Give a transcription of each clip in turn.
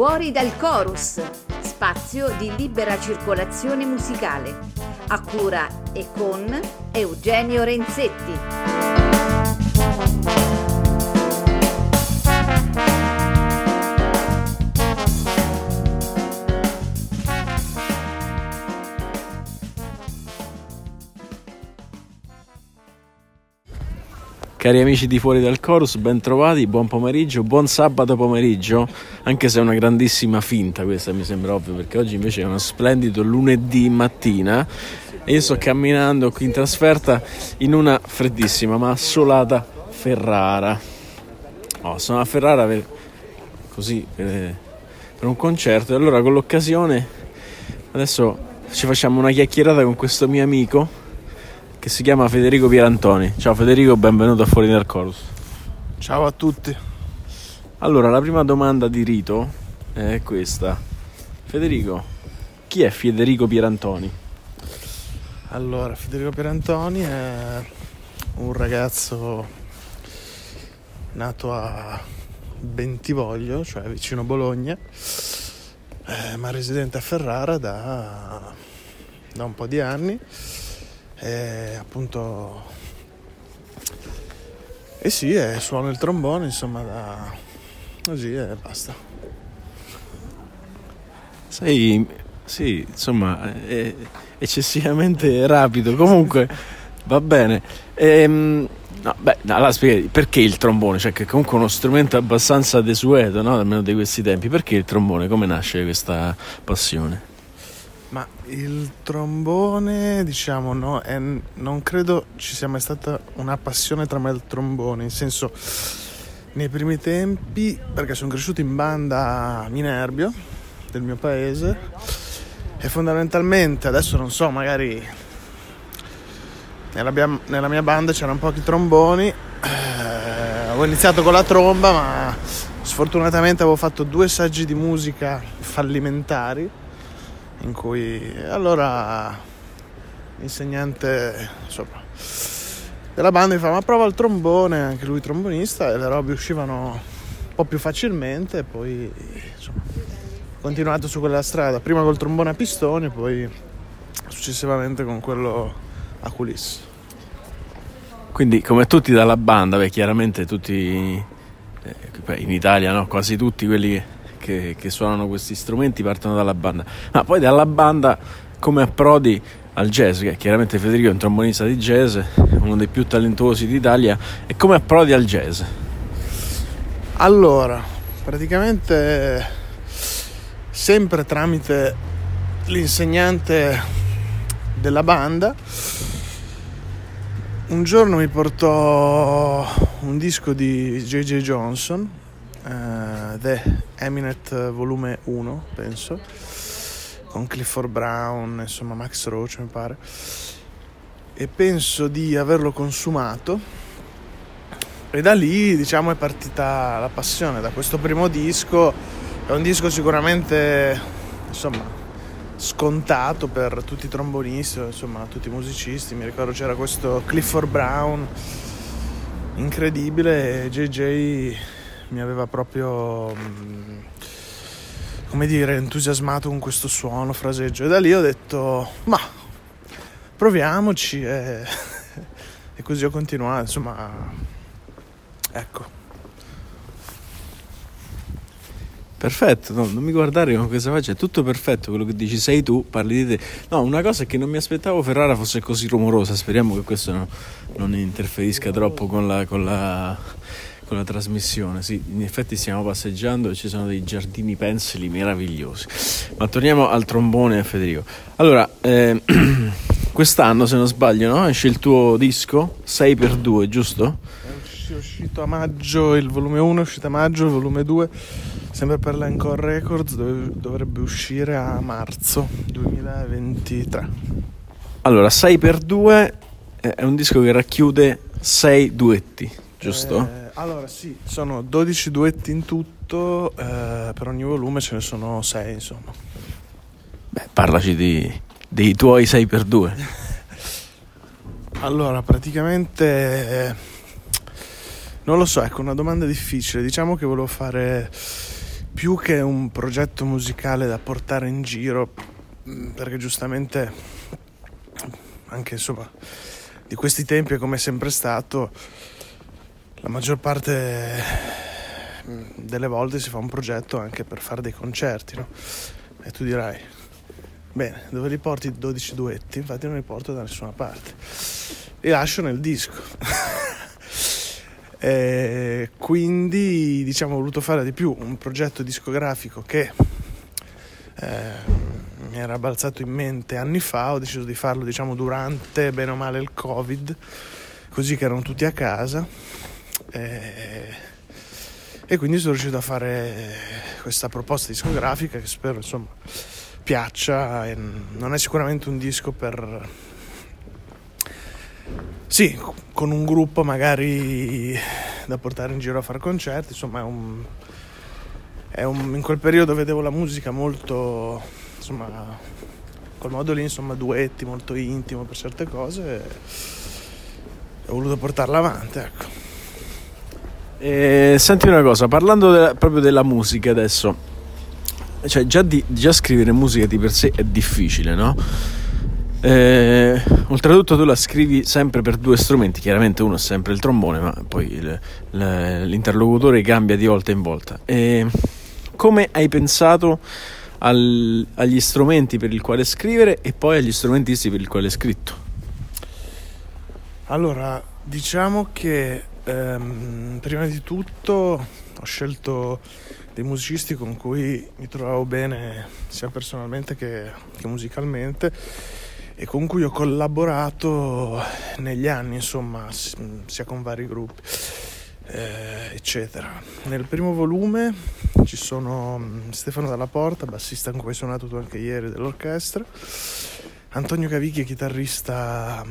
Fuori dal Chorus, spazio di libera circolazione musicale, a cura e con Eugenio Renzetti. Cari amici di Fuori dal Chorus, ben trovati, buon pomeriggio, buon sabato pomeriggio, anche se è una grandissima finta questa, mi sembra ovvio, perché oggi invece è uno splendido lunedì mattina e io sto camminando qui in trasferta in una freddissima ma assolata Ferrara. Sono a Ferrara per un concerto e allora con l'occasione adesso ci facciamo una chiacchierata con questo mio amico che si chiama Federico Pierantoni. Ciao Federico, benvenuto a Fuori dal Chorus. Ciao a tutti. Allora, la prima domanda di rito è questa. Federico, chi è Federico Pierantoni? Allora, Federico Pierantoni è un ragazzo nato a Bentivoglio, cioè vicino Bologna, ma residente a Ferrara da un po' di anni. Appunto suono il trombone, insomma, così e basta. Sì, insomma, è eccessivamente rapido, comunque va bene. Allora spieghi perché il trombone, cioè che comunque è uno strumento abbastanza desueto, no? Almeno di questi tempi. Perché il trombone? Come nasce questa passione? Ma il trombone, diciamo, non credo ci sia mai stata una passione tra me e il trombone, in senso, nei primi tempi, perché sono cresciuto in banda a Minerbio, del mio paese, e fondamentalmente, adesso non so, magari nella mia banda c'erano pochi tromboni, avevo iniziato con la tromba, ma sfortunatamente avevo fatto 2 saggi di musica fallimentari, in cui allora l'insegnante della banda mi fa: ma prova il trombone, anche lui trombonista, e le robe uscivano un po' più facilmente, e poi insomma ho continuato su quella strada, prima col trombone a pistoni, poi successivamente con quello a culisse. Quindi come tutti dalla banda, chiaramente tutti in Italia, no? Quasi tutti quelli che suonano questi strumenti partono dalla banda, ma poi dalla banda come approdi al jazz, che chiaramente Federico è un trombonista di jazz, uno dei più talentuosi d'Italia, e come approdi al jazz? Allora, praticamente sempre tramite l'insegnante della banda. Un giorno mi portò un disco di J.J. Johnson, The Eminent volume 1, penso, con Clifford Brown, insomma Max Roach mi pare, e penso di averlo consumato, e da lì, diciamo, è partita la passione. Da questo primo disco, è un disco sicuramente, insomma, scontato per tutti i trombonisti, insomma tutti i musicisti. Mi ricordo c'era questo Clifford Brown incredibile, e JJ mi aveva proprio, come dire, entusiasmato con questo suono, fraseggio, e da lì ho detto: ma proviamoci, e così ho continuato, insomma, ecco. Perfetto, no, non mi guardare con questa faccia, è tutto perfetto quello che dici, sei tu, parli di te. No, una cosa è che non mi aspettavo Ferrara fosse così rumorosa, speriamo che questo non interferisca troppo con la trasmissione. Sì, in effetti stiamo passeggiando e ci sono dei giardini pensili meravigliosi. Ma torniamo al trombone, Federico. Allora, quest'anno, se non sbaglio, no? Esce il tuo disco 6x2, giusto? È uscito a maggio, il volume 1 è uscito a maggio, il volume 2 sempre per l'Encore Records dovrebbe uscire a marzo 2023. Allora, 6x2 è un disco che racchiude 6 duetti, giusto? Allora sì, sono 12 duetti in tutto, per ogni volume ce ne sono 6, insomma. Beh, parlaci dei tuoi 6x2. Allora, praticamente non lo so, ecco, una domanda difficile. Diciamo che volevo fare più che un progetto musicale da portare in giro, perché giustamente anche insomma di questi tempi è come è sempre stato, la maggior parte delle volte si fa un progetto anche per fare dei concerti, no? E tu dirai, bene, dove li porti 12 duetti? Infatti non li porto da nessuna parte, li lascio nel disco. E quindi diciamo ho voluto fare di più un progetto discografico che mi era balzato in mente anni fa. Ho deciso di farlo diciamo durante bene o male il Covid, così che erano tutti a casa, e quindi sono riuscito a fare questa proposta discografica che spero insomma piaccia. E non è sicuramente un disco per sì, con un gruppo magari da portare in giro a fare concerti, insomma in quel periodo vedevo la musica molto, insomma, quel modo lì, insomma, duetti, molto intimo per certe cose, e ho voluto portarla avanti, ecco. Senti una cosa, parlando proprio della musica adesso, cioè già scrivere musica di per sé è difficile, no? Oltretutto tu la scrivi sempre per due strumenti, chiaramente uno è sempre il trombone, ma poi l'interlocutore cambia di volta in volta. Come hai pensato agli strumenti per il quale scrivere e poi agli strumentisti per il quale hai scritto? Allora, diciamo che prima di tutto ho scelto dei musicisti con cui mi trovavo bene sia personalmente che musicalmente, e con cui ho collaborato negli anni, insomma, sia con vari gruppi, eccetera. Nel primo volume ci sono Stefano Dalla Porta, bassista con cui hai suonato tu anche ieri dell'orchestra, Antonio Cavicchi, chitarrista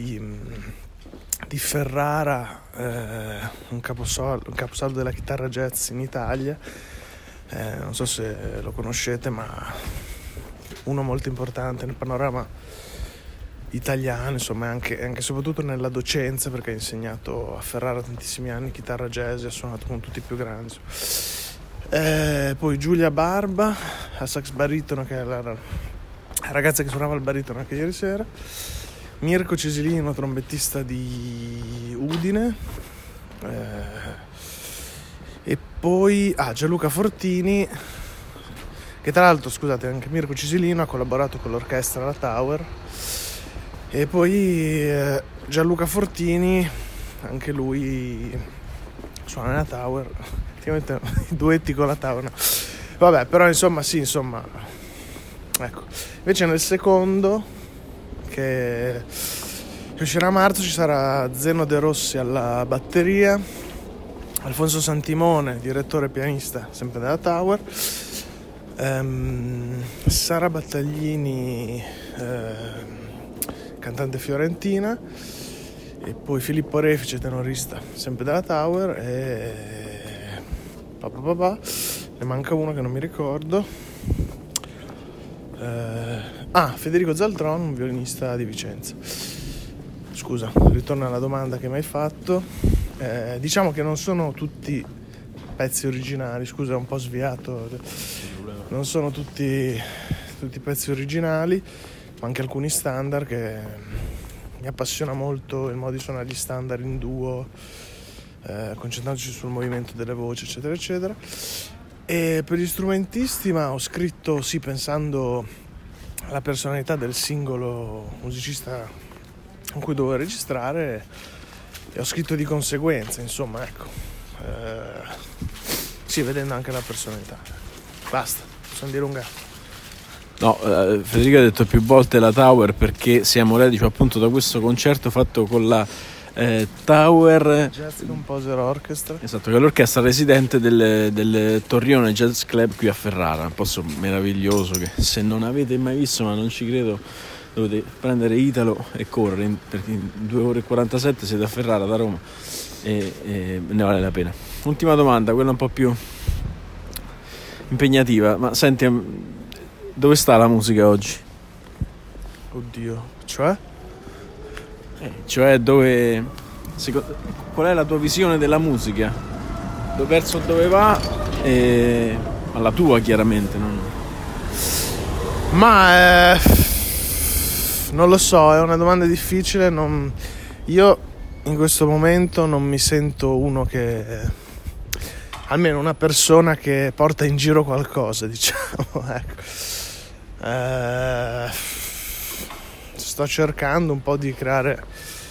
di Ferrara, un caposaldo della chitarra jazz in Italia, non so se lo conoscete, ma uno molto importante nel panorama italiano, insomma, anche e soprattutto nella docenza, perché ha insegnato a Ferrara tantissimi anni chitarra jazz e ha suonato con tutti i più grandi. Poi Giulia Barba a sax baritono, che è la ragazza che suonava il baritono anche ieri sera, Mirko Cesilino, trombettista di Udine, e poi Gianluca Fortini, che tra l'altro, scusate, anche Mirko Cesilino ha collaborato con l'orchestra La Tower. E poi Gianluca Fortini, anche lui suona nella Tower, praticamente i duetti con la Tower, no. Vabbè, però insomma sì, insomma, ecco. Invece nel secondo, che uscirà a marzo, ci sarà Zeno De Rossi alla batteria, Alfonso Santimone, direttore e pianista sempre della Tower, Sara Battaglini, cantante fiorentina, e poi Filippo Refice, tenorista sempre della Tower, e ne manca uno che non mi ricordo, Federico Zaltron, un violinista di Vicenza. Scusa, ritorno alla domanda che mi hai fatto. Diciamo che non sono tutti pezzi originali, scusa, è un po' sviato, non sono tutti pezzi originali, ma anche alcuni standard, che mi appassiona molto il modo di suonare gli standard in duo, concentrandoci sul movimento delle voci, eccetera eccetera. E per gli strumentisti, ma ho scritto sì pensando alla personalità del singolo musicista con cui dovevo registrare, e ho scritto di conseguenza, insomma, ecco, sì, vedendo anche la personalità. Basta, sono dilungato. No, Federico ha detto più volte la Tower perché siamo reduci appunto da questo concerto fatto con la Tower Jazz Composer Orchestra. Esatto, che è l'orchestra residente del Torrione Jazz Club qui a Ferrara, un posto meraviglioso che se non avete mai visto, ma non ci credo, dovete prendere Italo e correre, perché in 2 ore e 47 siete a Ferrara da Roma e ne vale la pena. Ultima domanda, quella un po' più impegnativa, ma senti, dove sta la musica oggi? Oddio, cioè? Cioè dove, qual è la tua visione della musica? Verso dove va? Ma la tua chiaramente, non... Ma non lo so, è una domanda difficile. Io in questo momento non mi sento uno che, almeno una persona che porta in giro qualcosa, diciamo. Ecco. Sto cercando un po' di creare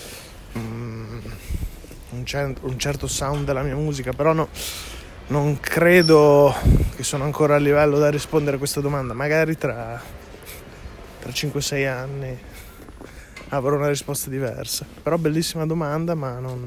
un certo sound della mia musica, però non credo che sono ancora a livello da rispondere a questa domanda. Magari tra 5-6 anni avrò una risposta diversa. Però bellissima domanda, ma non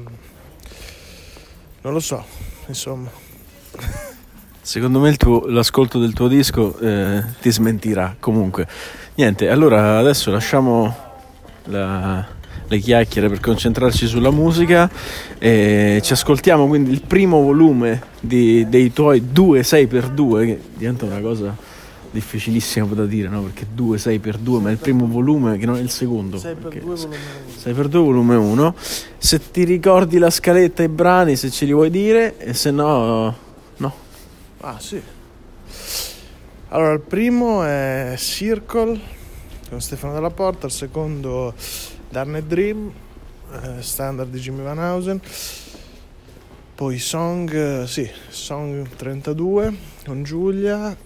lo so, insomma. Secondo me l'ascolto del tuo disco ti smentirà. Comunque, niente, allora adesso lasciamo le chiacchiere per concentrarci sulla musica e ci ascoltiamo quindi il primo volume dei tuoi 2 6x2, che diventa una cosa difficilissima da dire, no? Perché 2 6x2, ma è il primo volume, che non è il secondo. 6x2 volume 1. 6x2 volume 1. Se ti ricordi la scaletta e i brani, se ce li vuoi dire, e se no no. Ah sì. Allora, il primo è Circle con Stefano Della Porta, il secondo Darn Dream, standard di Jimmy Van Heusen, poi Song 32 con Giulia,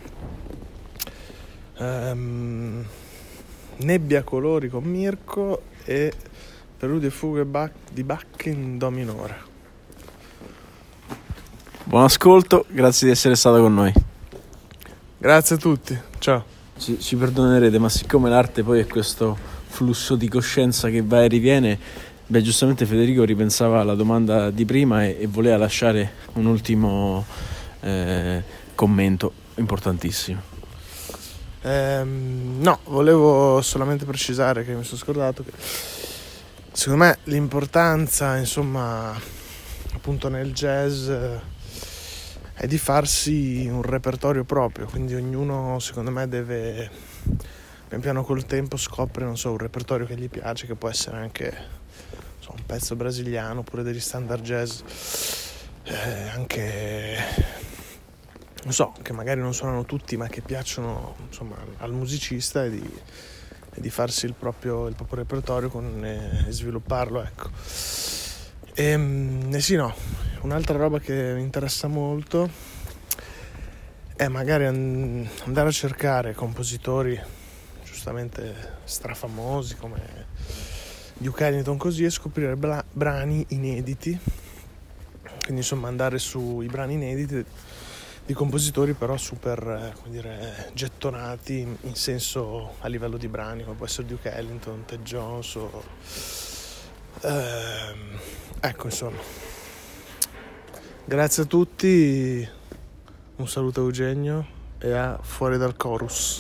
Nebbia colori con Mirko e Preludio e fughe di Bach in Do minore. Buon ascolto, grazie di essere stato con noi. Grazie a tutti, ciao. Ci perdonerete, ma siccome l'arte poi è questo flusso di coscienza che va e riviene, giustamente Federico ripensava alla domanda di prima e voleva lasciare un ultimo commento importantissimo. No, volevo solamente precisare che mi sono scordato che secondo me l'importanza, insomma, appunto nel jazz è di farsi un repertorio proprio, quindi ognuno secondo me deve pian piano col tempo scopre, non so, un repertorio che gli piace, che può essere anche un pezzo brasiliano oppure degli standard jazz, anche non so, che magari non suonano tutti ma che piacciono, insomma, al musicista, e di farsi il proprio repertorio e svilupparlo, ecco. Sì, no, un'altra roba che mi interessa molto è magari andare a cercare compositori giustamente strafamosi come Duke Ellington, così, e scoprire brani inediti, quindi insomma andare sui brani inediti di compositori però super, come dire, gettonati in senso a livello di brani, come può essere Duke Ellington, Ted Jones o ecco, insomma. Grazie a tutti, un saluto a Eugenio e a Fuori dal Chorus.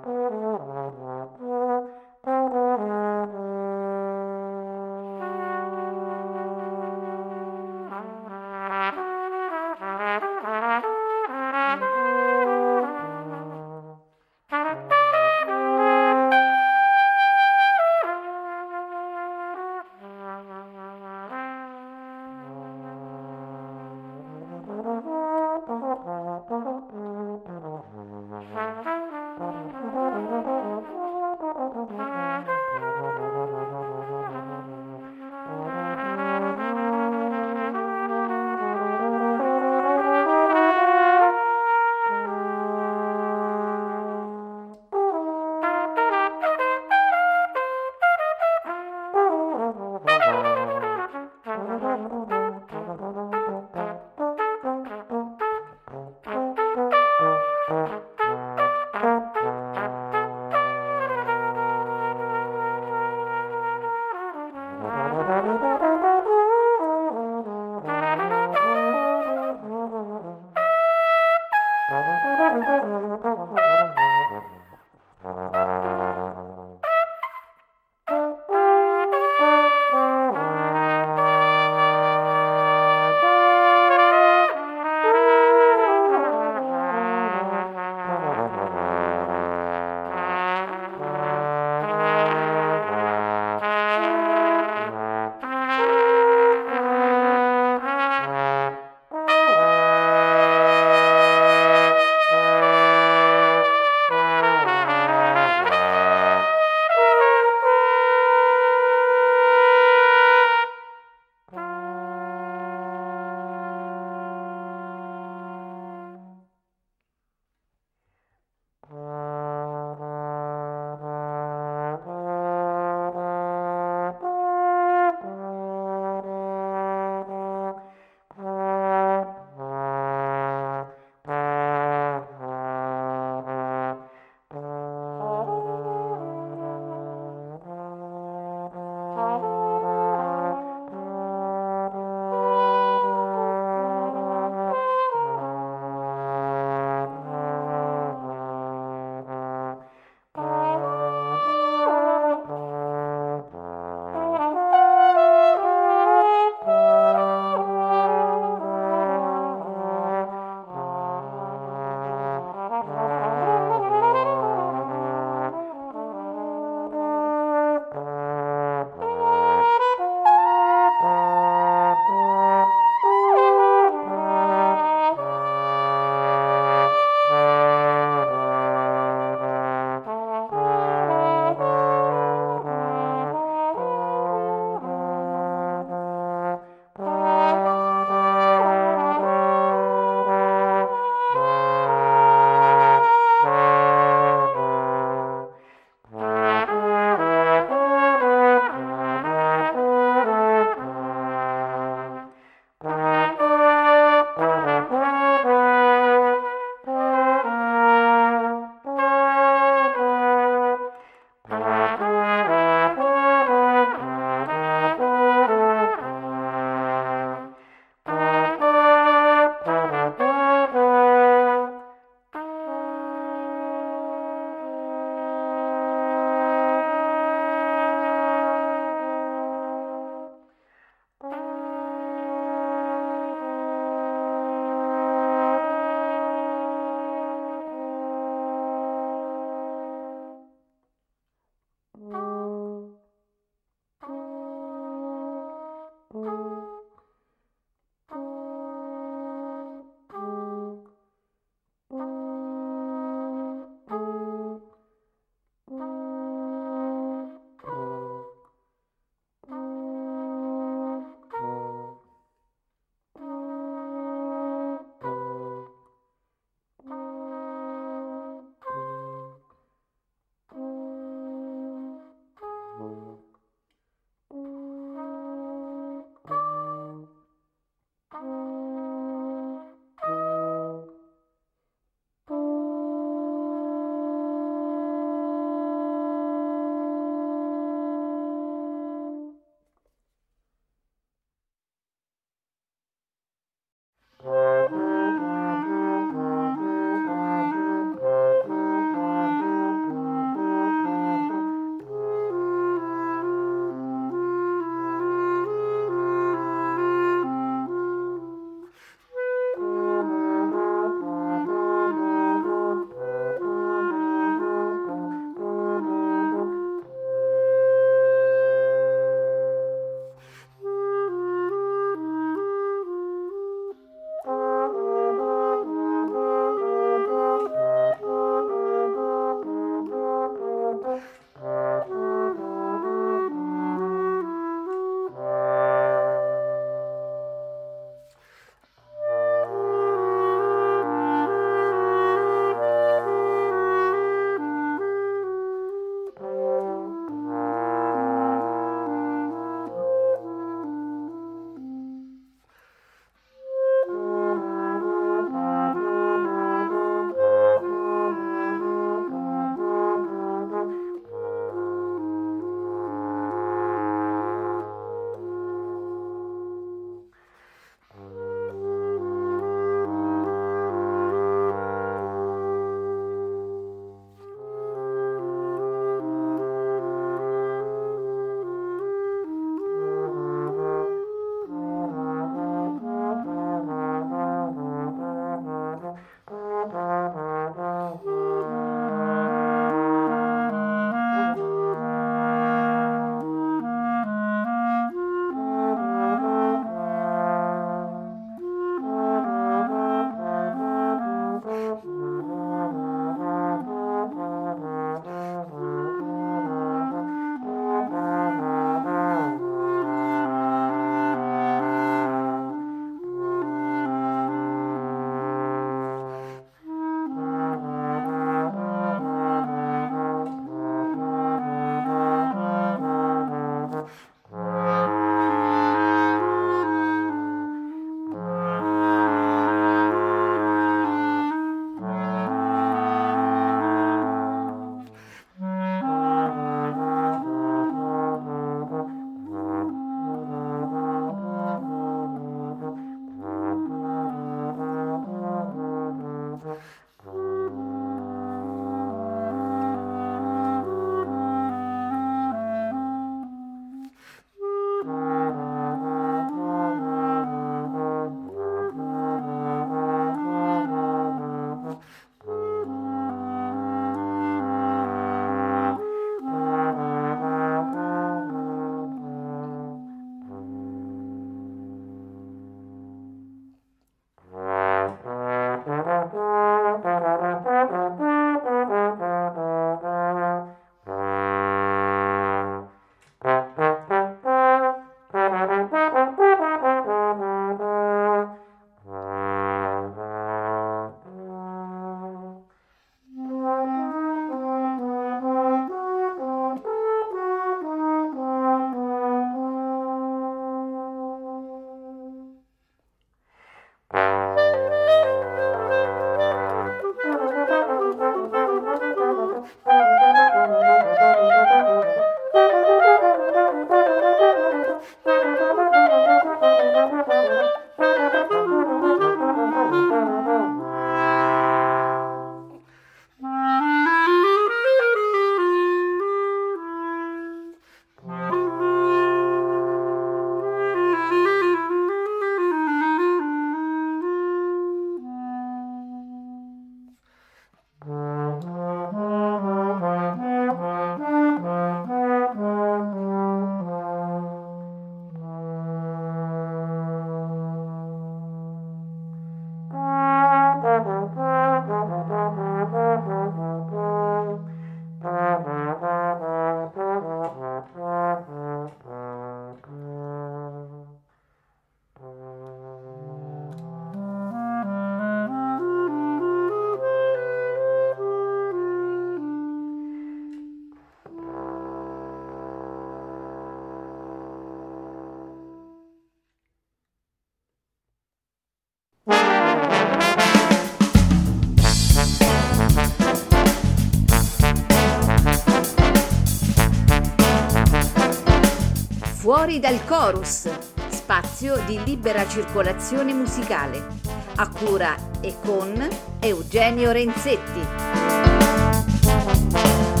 Fuori dal chorus, spazio di libera circolazione musicale, a cura e con Eugenio Renzetti.